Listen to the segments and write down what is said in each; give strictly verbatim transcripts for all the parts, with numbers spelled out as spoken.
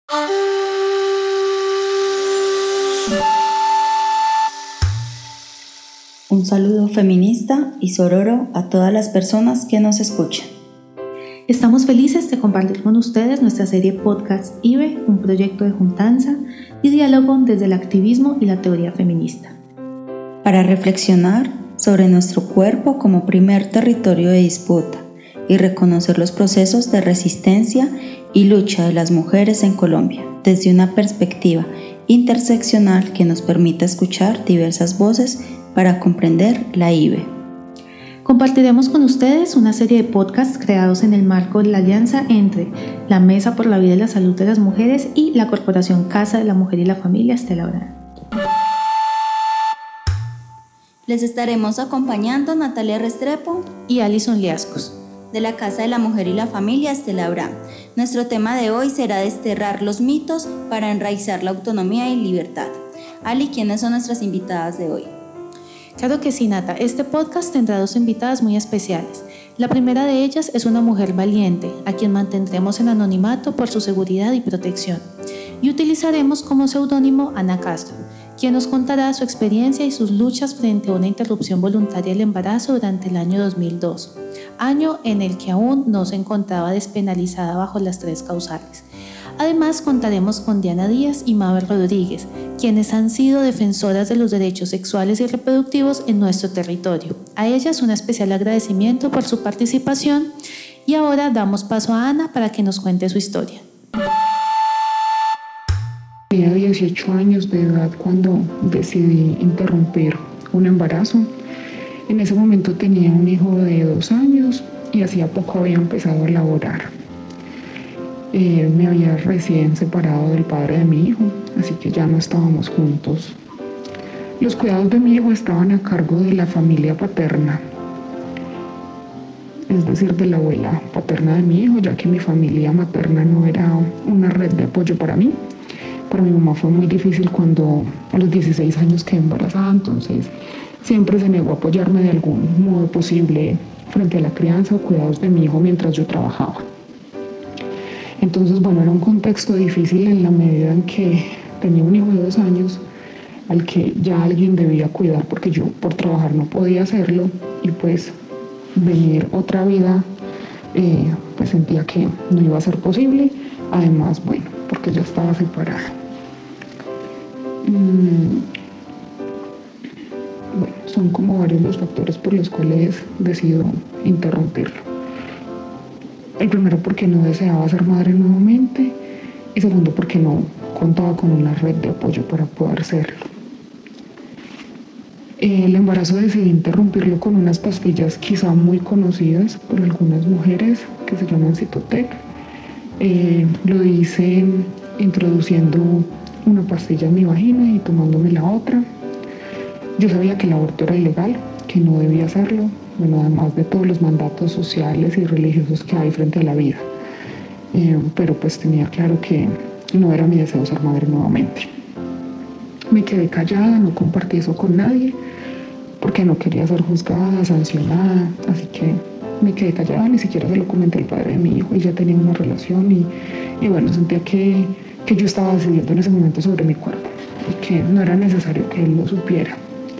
Un saludo feminista y sororo a todas las personas que nos escuchan. Estamos felices de compartir con ustedes nuestra serie Podcast IBE, un proyecto de juntanza y diálogo desde el activismo y la teoría feminista. Para reflexionar sobre nuestro cuerpo como primer territorio de disputa y reconocer los procesos de resistencia y lucha de las mujeres en Colombia desde una perspectiva interseccional que nos permita escuchar diversas voces para comprender la IBE. Compartiremos con ustedes una serie de podcasts creados en el marco de la alianza entre la Mesa por la Vida y la Salud de las Mujeres y la Corporación Casa de la Mujer y la Familia Estela Abraham. Les estaremos acompañando Natalia Restrepo y Alison Liascos, de la Casa de la Mujer y la Familia Estela Abraham. Nuestro tema de hoy será desterrar los mitos para enraizar la autonomía y libertad. Ali, ¿quiénes son nuestras invitadas de hoy? Claro que sí, Nata. Este podcast tendrá dos invitadas muy especiales. La primera de ellas es una mujer valiente, a quien mantendremos en anonimato por su seguridad y protección. Y utilizaremos como seudónimo a Ana Castro, quien nos contará su experiencia y sus luchas frente a una interrupción voluntaria del embarazo durante el año dos mil dos, año en el que aún no se encontraba despenalizada bajo las tres causales. Además, contaremos con Diana Díaz y Mabel Rodríguez, quienes han sido defensoras de los derechos sexuales y reproductivos en nuestro territorio. A ellas un especial agradecimiento por su participación y ahora damos paso a Ana para que nos cuente su historia. Tenía dieciocho años de edad cuando decidí interrumpir un embarazo. En ese momento tenía un hijo de dos años y hacía poco había empezado a laborar. Eh, me había recién separado del padre de mi hijo, así que ya no estábamos juntos. Los cuidados de mi hijo estaban a cargo de la familia paterna, es decir, de la abuela paterna de mi hijo, ya que mi familia materna no era una red de apoyo para mí. Para mi mamá fue muy difícil cuando a los dieciséis años quedé embarazada, entonces siempre se negó a apoyarme de algún modo posible frente a la crianza o cuidados de mi hijo mientras yo trabajaba. Entonces, bueno, era un contexto difícil en la medida en que tenía un hijo de dos años al que ya alguien debía cuidar porque yo por trabajar no podía hacerlo y pues venir otra vida eh, pues sentía que no iba a ser posible. Además, bueno, porque ya estaba separada. Mm, bueno, son como varios los factores por los cuales decido interrumpirlo. El primero, porque no deseaba ser madre nuevamente, y segundo, porque no contaba con una red de apoyo para poder serlo. El embarazo decidí interrumpirlo con unas pastillas quizá muy conocidas por algunas mujeres que se llaman Cytotec. Eh, lo hice introduciendo una pastilla en mi vagina y tomándome la otra. Yo sabía que el aborto era ilegal, que no debía hacerlo, bueno, además de todos los mandatos sociales y religiosos que hay frente a la vida. Eh, pero pues tenía claro que no era mi deseo ser madre nuevamente. Me quedé callada, no compartí eso con nadie, porque no quería ser juzgada, sancionada, así que me quedé callada, ni siquiera se lo comenté al padre de mi hijo, y ya tenía una relación y, y bueno, sentía que, que yo estaba decidiendo en ese momento sobre mi cuerpo y que no era necesario que él lo supiera.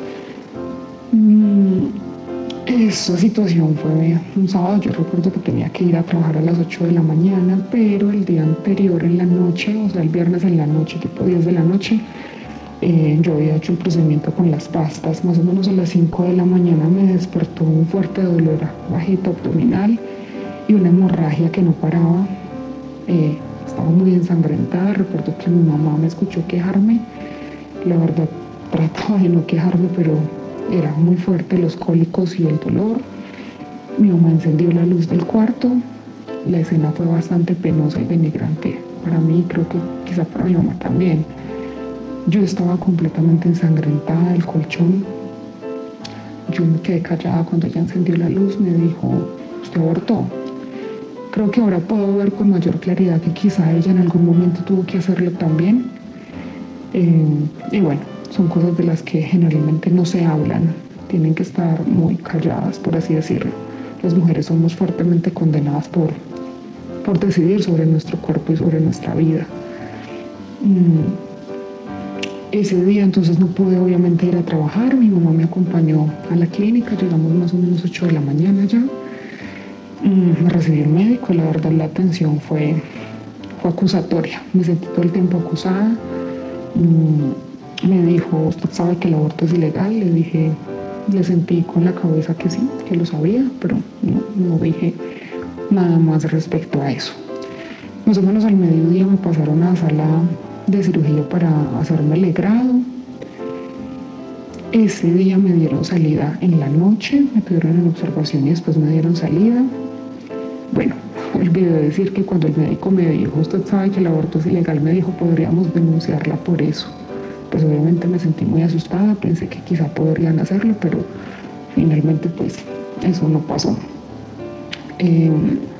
Esa situación fue un sábado. Yo recuerdo que tenía que ir a trabajar a las ocho de la mañana, pero el día anterior en la noche, o sea el viernes en la noche, tipo diez de la noche, eh, yo había hecho un procedimiento con las pastas. Más o menos a las cinco de la mañana me despertó un fuerte dolor bajito abdominal y una hemorragia que no paraba. Eh, estaba muy ensangrentada. Recuerdo que mi mamá me escuchó quejarme. La verdad trataba de no quejarme, pero era muy fuerte los cólicos y el dolor. Mi mamá encendió la luz del cuarto. La escena fue bastante penosa y denigrante para mí, creo que quizá para mi mamá también. Yo estaba completamente ensangrentada del colchón. Yo me quedé callada cuando ella encendió la luz. Me dijo, ¿usted abortó? Creo que ahora puedo ver con mayor claridad que quizá ella en algún momento tuvo que hacerlo también. Eh, y bueno, son cosas de las que generalmente no se hablan, tienen que estar muy calladas, por así decirlo. Las mujeres somos fuertemente condenadas por, por decidir sobre nuestro cuerpo y sobre nuestra vida. Ese día entonces no pude obviamente ir a trabajar, mi mamá me acompañó a la clínica, llegamos más o menos ocho de la mañana ya, me recibió el médico y la verdad la atención fue, fue acusatoria, me sentí todo el tiempo acusada, me dijo, ¿usted sabe que el aborto es ilegal? Le dije, le sentí con la cabeza que sí, que lo sabía, pero no, no dije nada más respecto a eso. Más o menos al mediodía me pasaron a la sala de cirugía para hacerme el legrado. Ese día me dieron salida en la noche, me tuvieron en observación y después me dieron salida. Bueno, olvidé decir que cuando el médico me dijo, usted sabe que el aborto es ilegal, me dijo, podríamos denunciarla por eso. Pues obviamente me sentí muy asustada, pensé que quizá podrían hacerlo, pero finalmente pues eso no pasó. Eh,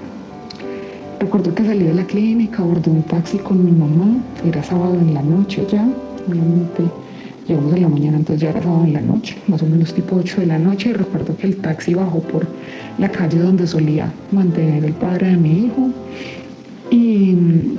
recuerdo que salí de la clínica, abordé un taxi con mi mamá, era sábado en la noche ya, obviamente llegamos en la mañana, entonces ya era sábado en la noche, más o menos tipo ocho de la noche, y recuerdo que el taxi bajó por la calle donde solía mantener el padre de mi hijo, y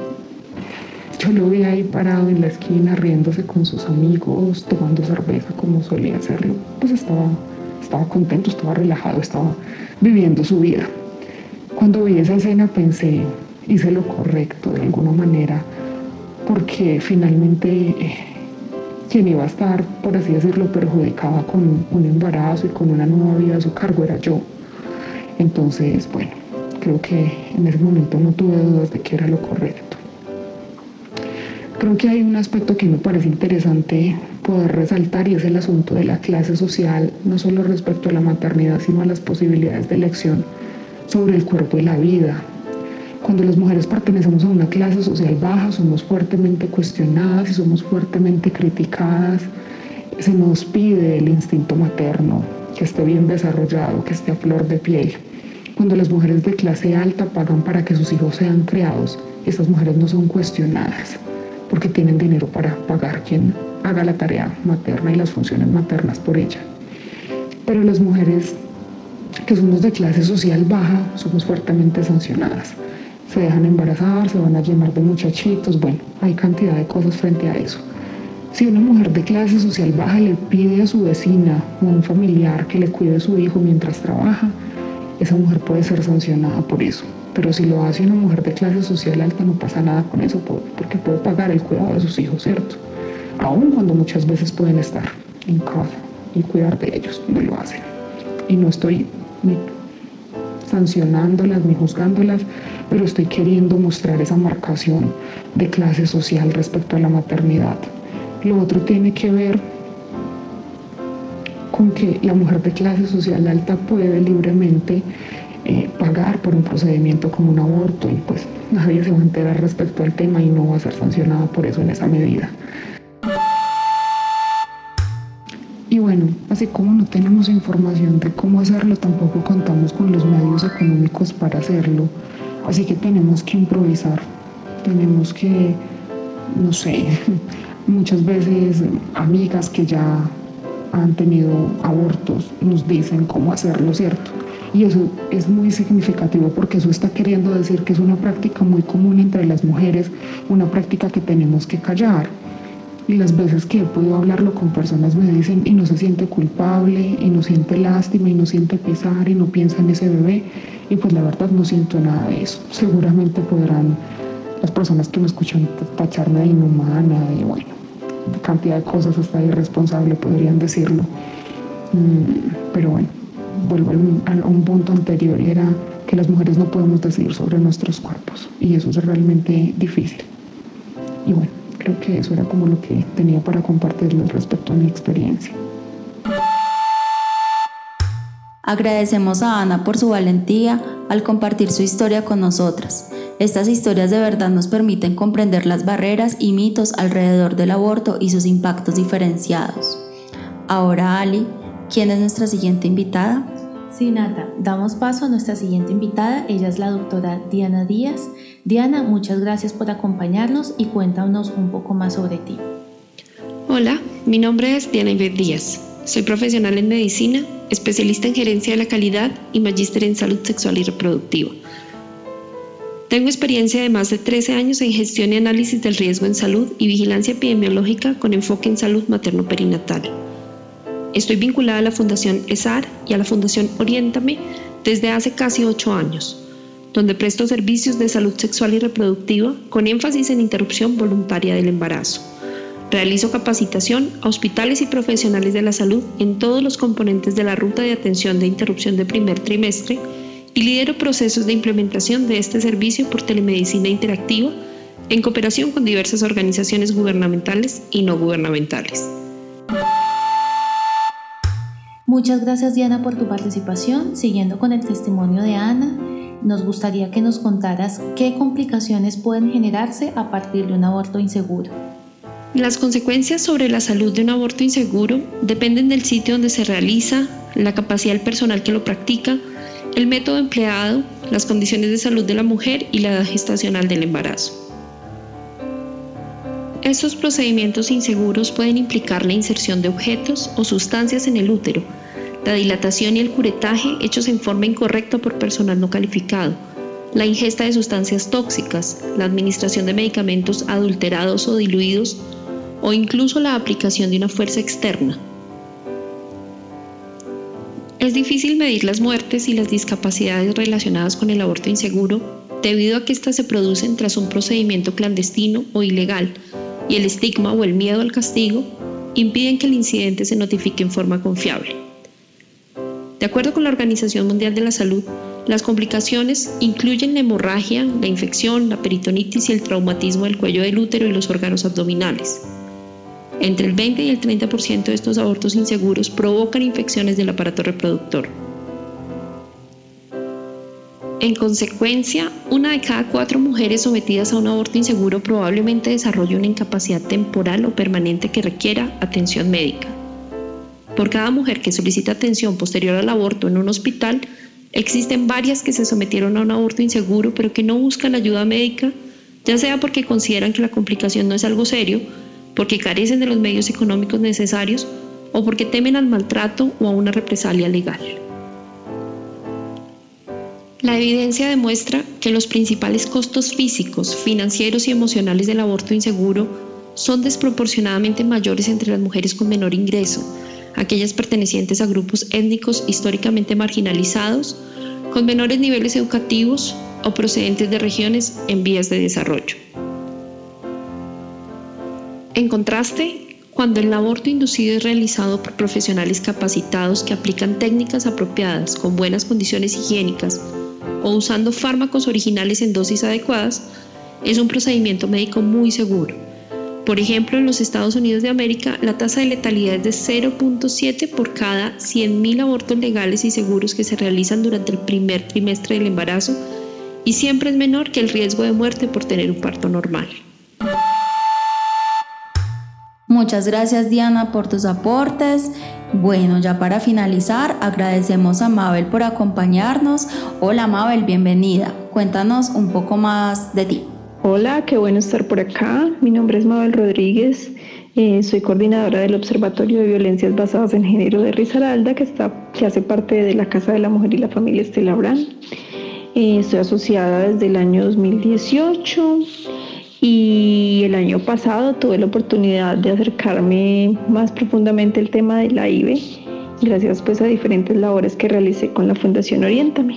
yo lo vi ahí parado en la esquina, riéndose con sus amigos, tomando cerveza como solía hacerlo. Pues estaba, estaba contento, estaba relajado, estaba viviendo su vida. Cuando vi esa escena pensé, hice lo correcto de alguna manera, porque finalmente eh, quien iba a estar, por así decirlo, perjudicada con un embarazo y con una nueva vida a su cargo era yo. Entonces, bueno, creo que en ese momento no tuve dudas de que era lo correcto. Creo que hay un aspecto que me parece interesante poder resaltar y es el asunto de la clase social, no solo respecto a la maternidad, sino a las posibilidades de elección sobre el cuerpo y la vida. Cuando las mujeres pertenecemos a una clase social baja, somos fuertemente cuestionadas y somos fuertemente criticadas. Se nos pide el instinto materno, que esté bien desarrollado, que esté a flor de piel. Cuando las mujeres de clase alta pagan para que sus hijos sean criados, estas mujeres no son cuestionadas, porque tienen dinero para pagar quien haga la tarea materna y las funciones maternas por ella. Pero las mujeres que somos de clase social baja somos fuertemente sancionadas. Se dejan embarazar, se van a llenar de muchachitos, bueno, hay cantidad de cosas frente a eso. Si una mujer de clase social baja le pide a su vecina o a un familiar que le cuide a su hijo mientras trabaja, esa mujer puede ser sancionada por eso. Pero si lo hace una mujer de clase social alta, no pasa nada con eso, porque puede pagar el cuidado de sus hijos, ¿cierto? Aún cuando muchas veces pueden estar en casa y cuidar de ellos, no lo hacen. Y no estoy ni sancionándolas ni juzgándolas, pero estoy queriendo mostrar esa marcación de clase social respecto a la maternidad. Lo otro tiene que ver con que la mujer de clase social alta puede libremente Eh, pagar por un procedimiento como un aborto y pues nadie se va a enterar respecto al tema y no va a ser sancionada por eso en esa medida. Y bueno, así como no tenemos información de cómo hacerlo, tampoco contamos con los medios económicos para hacerlo, así que tenemos que improvisar, tenemos que, no sé, muchas veces amigas que ya han tenido abortos nos dicen cómo hacerlo, ¿cierto? Y eso es muy significativo porque eso está queriendo decir que es una práctica muy común entre las mujeres, una práctica que tenemos que callar. Y las veces que he podido hablarlo con personas me dicen y no se siente culpable, y no siente lástima, y no siente pesar, y no piensa en ese bebé. Y pues la verdad no siento nada de eso. Seguramente podrán las personas que me escuchan tacharme de inhumana, de bueno, de cantidad de cosas, hasta de irresponsable podrían decirlo. Mm, pero bueno. Vuelvo a un punto anterior y era que las mujeres no podemos decidir sobre nuestros cuerpos y eso es realmente difícil. Y bueno, creo que eso era como lo que tenía para compartirles respecto a mi experiencia. Agradecemos a Ana por su valentía al compartir su historia con nosotras. Estas historias de verdad nos permiten comprender las barreras y mitos alrededor del aborto y sus impactos diferenciados. Ahora, Ali, ¿quién es nuestra siguiente invitada? Sí, Nata, damos paso a nuestra siguiente invitada. Ella es la doctora Diana Díaz. Diana, muchas gracias por acompañarnos y cuéntanos un poco más sobre ti. Hola, mi nombre es Diana Ivette Díaz. Soy profesional en medicina, especialista en gerencia de la calidad y magíster en salud sexual y reproductiva. Tengo experiencia de más de trece años en gestión y análisis del riesgo en salud y vigilancia epidemiológica con enfoque en salud materno-perinatal. Estoy vinculada a la Fundación ESAR y a la Fundación Oriéntame desde hace casi ocho años, donde presto servicios de salud sexual y reproductiva con énfasis en interrupción voluntaria del embarazo. Realizo capacitación a hospitales y profesionales de la salud en todos los componentes de la ruta de atención de interrupción de primer trimestre y lidero procesos de implementación de este servicio por telemedicina interactiva en cooperación con diversas organizaciones gubernamentales y no gubernamentales. Muchas gracias, Diana, por tu participación. Siguiendo con el testimonio de Ana, nos gustaría que nos contaras qué complicaciones pueden generarse a partir de un aborto inseguro. Las consecuencias sobre la salud de un aborto inseguro dependen del sitio donde se realiza, la capacidad del personal que lo practica, el método empleado, las condiciones de salud de la mujer y la edad gestacional del embarazo. Estos procedimientos inseguros pueden implicar la inserción de objetos o sustancias en el útero, la dilatación y el curetaje hechos en forma incorrecta por personal no calificado, la ingesta de sustancias tóxicas, la administración de medicamentos adulterados o diluidos, o incluso la aplicación de una fuerza externa. Es difícil medir las muertes y las discapacidades relacionadas con el aborto inseguro debido a que éstas se producen tras un procedimiento clandestino o ilegal y el estigma o el miedo al castigo impiden que el incidente se notifique en forma confiable. De acuerdo con la Organización Mundial de la Salud, las complicaciones incluyen la hemorragia, la infección, la peritonitis y el traumatismo del cuello del útero y los órganos abdominales. Entre el veinte y el treinta por ciento de estos abortos inseguros provocan infecciones del aparato reproductor. En consecuencia, una de cada cuatro mujeres sometidas a un aborto inseguro probablemente desarrolle una incapacidad temporal o permanente que requiera atención médica. Por cada mujer que solicita atención posterior al aborto en un hospital, existen varias que se sometieron a un aborto inseguro pero que no buscan ayuda médica, ya sea porque consideran que la complicación no es algo serio, porque carecen de los medios económicos necesarios o porque temen al maltrato o a una represalia legal. La evidencia demuestra que los principales costos físicos, financieros y emocionales del aborto inseguro son desproporcionadamente mayores entre las mujeres con menor ingreso, aquellas pertenecientes a grupos étnicos históricamente marginalizados, con menores niveles educativos o procedentes de regiones en vías de desarrollo. En contraste, cuando el aborto inducido es realizado por profesionales capacitados que aplican técnicas apropiadas con buenas condiciones higiénicas o usando fármacos originales en dosis adecuadas, es un procedimiento médico muy seguro. Por ejemplo, en los Estados Unidos de América, la tasa de letalidad es de cero punto siete por cada cien mil abortos legales y seguros que se realizan durante el primer trimestre del embarazo y siempre es menor que el riesgo de muerte por tener un parto normal. Muchas gracias, Diana, por tus aportes. Bueno, ya para finalizar, agradecemos a Mabel por acompañarnos. Hola Mabel, bienvenida. Cuéntanos un poco más de ti. Hola, qué bueno estar por acá. Mi nombre es Mabel Rodríguez. Eh, soy coordinadora del Observatorio de Violencias Basadas en Género de Risaralda, que, está, que hace parte de la Casa de la Mujer y la Familia Estela Brand. Eh, estoy asociada desde el año dos mil dieciocho. Y el año pasado tuve la oportunidad de acercarme más profundamente al tema de la I V E, gracias pues a diferentes labores que realicé con la Fundación Oriéntame.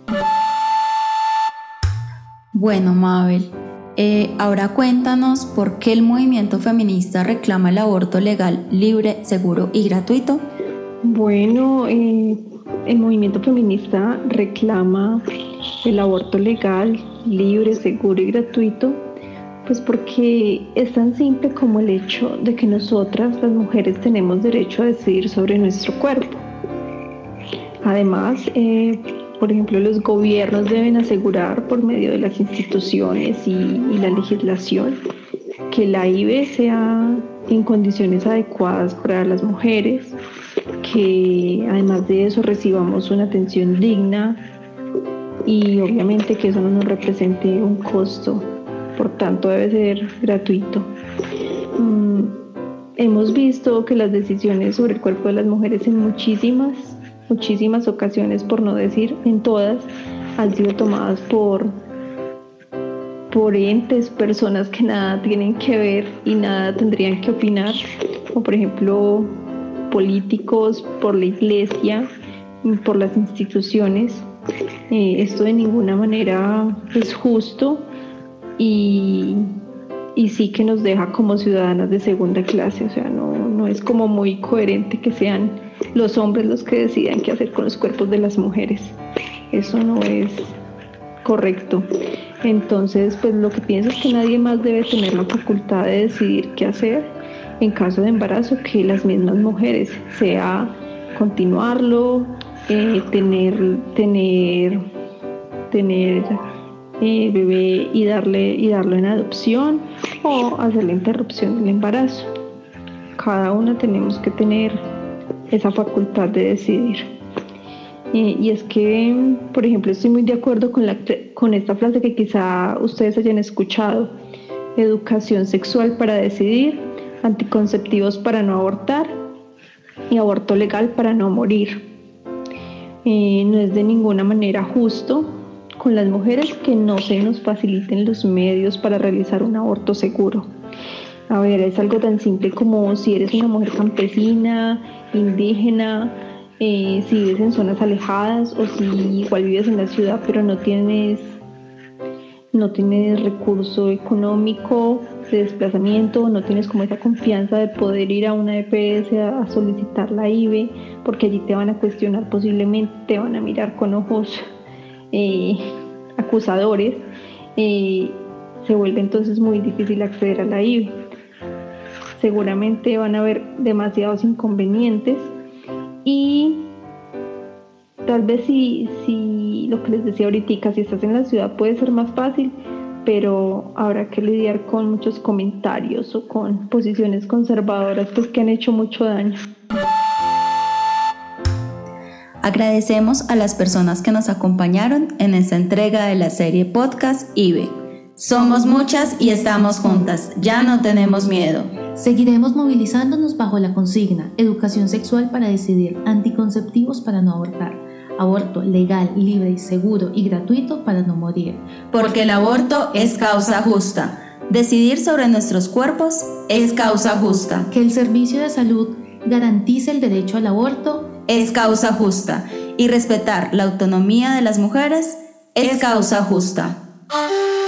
Bueno, Mabel, eh, ahora cuéntanos por qué el movimiento feminista reclama el aborto legal, libre, seguro y gratuito. Bueno, eh, el movimiento feminista reclama el aborto legal, libre, seguro y gratuito. Pues porque es tan simple como el hecho de que nosotras, las mujeres, tenemos derecho a decidir sobre nuestro cuerpo. Además, eh, por ejemplo, los gobiernos deben asegurar por medio de las instituciones y, y la legislación que la I V E sea en condiciones adecuadas para las mujeres, que además de eso recibamos una atención digna y obviamente que eso no nos represente un costo. Por tanto, debe ser gratuito. Mm, hemos visto que las decisiones sobre el cuerpo de las mujeres en muchísimas, muchísimas ocasiones, por no decir en todas, han sido tomadas por por entes, personas que nada tienen que ver y nada tendrían que opinar, como por ejemplo políticos, por la iglesia, por las instituciones. Eh, esto de ninguna manera es justo y, y sí que nos deja como ciudadanas de segunda clase. O sea, no, no es como muy coherente que sean los hombres los que decidan qué hacer con los cuerpos de las mujeres. Eso no es correcto. Entonces, pues lo que pienso es que nadie más debe tener la facultad de decidir qué hacer en caso de embarazo que las mismas mujeres, sea continuarlo, eh, tener, tener, tener eh, bebé y darle y darlo en adopción o hacer la interrupción del embarazo. Cada una tenemos que tener esa facultad de decidir. Eh, y es que, por ejemplo, estoy muy de acuerdo con, la, con esta frase que quizá ustedes hayan escuchado: educación sexual para decidir, anticonceptivos para no abortar y aborto legal para no morir. Eh, no es de ninguna manera justo con las mujeres que no se nos faciliten los medios para realizar un aborto seguro. A ver, es algo tan simple como si eres una mujer campesina, indígena, eh, si vives en zonas alejadas o si igual vives en la ciudad pero no tienes, no tienes recurso económico de desplazamiento, no tienes como esa confianza de poder ir a una E P S a, a solicitar la I V E, porque allí te van a cuestionar, posiblemente te van a mirar con ojos eh, acusadores, eh, se vuelve entonces muy difícil acceder a la I V E. Seguramente van a haber demasiados inconvenientes y tal vez si, si lo que les decía ahorita, si estás en la ciudad puede ser más fácil, pero habrá que lidiar con muchos comentarios o con posiciones conservadoras pues que han hecho mucho daño. Agradecemos a las personas que nos acompañaron en esta entrega de la serie podcast I V E. Somos muchas y estamos juntas, ya no tenemos miedo. Seguiremos movilizándonos bajo la consigna: educación sexual para decidir, anticonceptivos para no abortar, aborto legal, libre y seguro y gratuito para no morir. Porque el aborto es causa justa. Decidir sobre nuestros cuerpos es causa justa. Que el servicio de salud garantice el derecho al aborto es causa justa. Y respetar la autonomía de las mujeres es causa justa.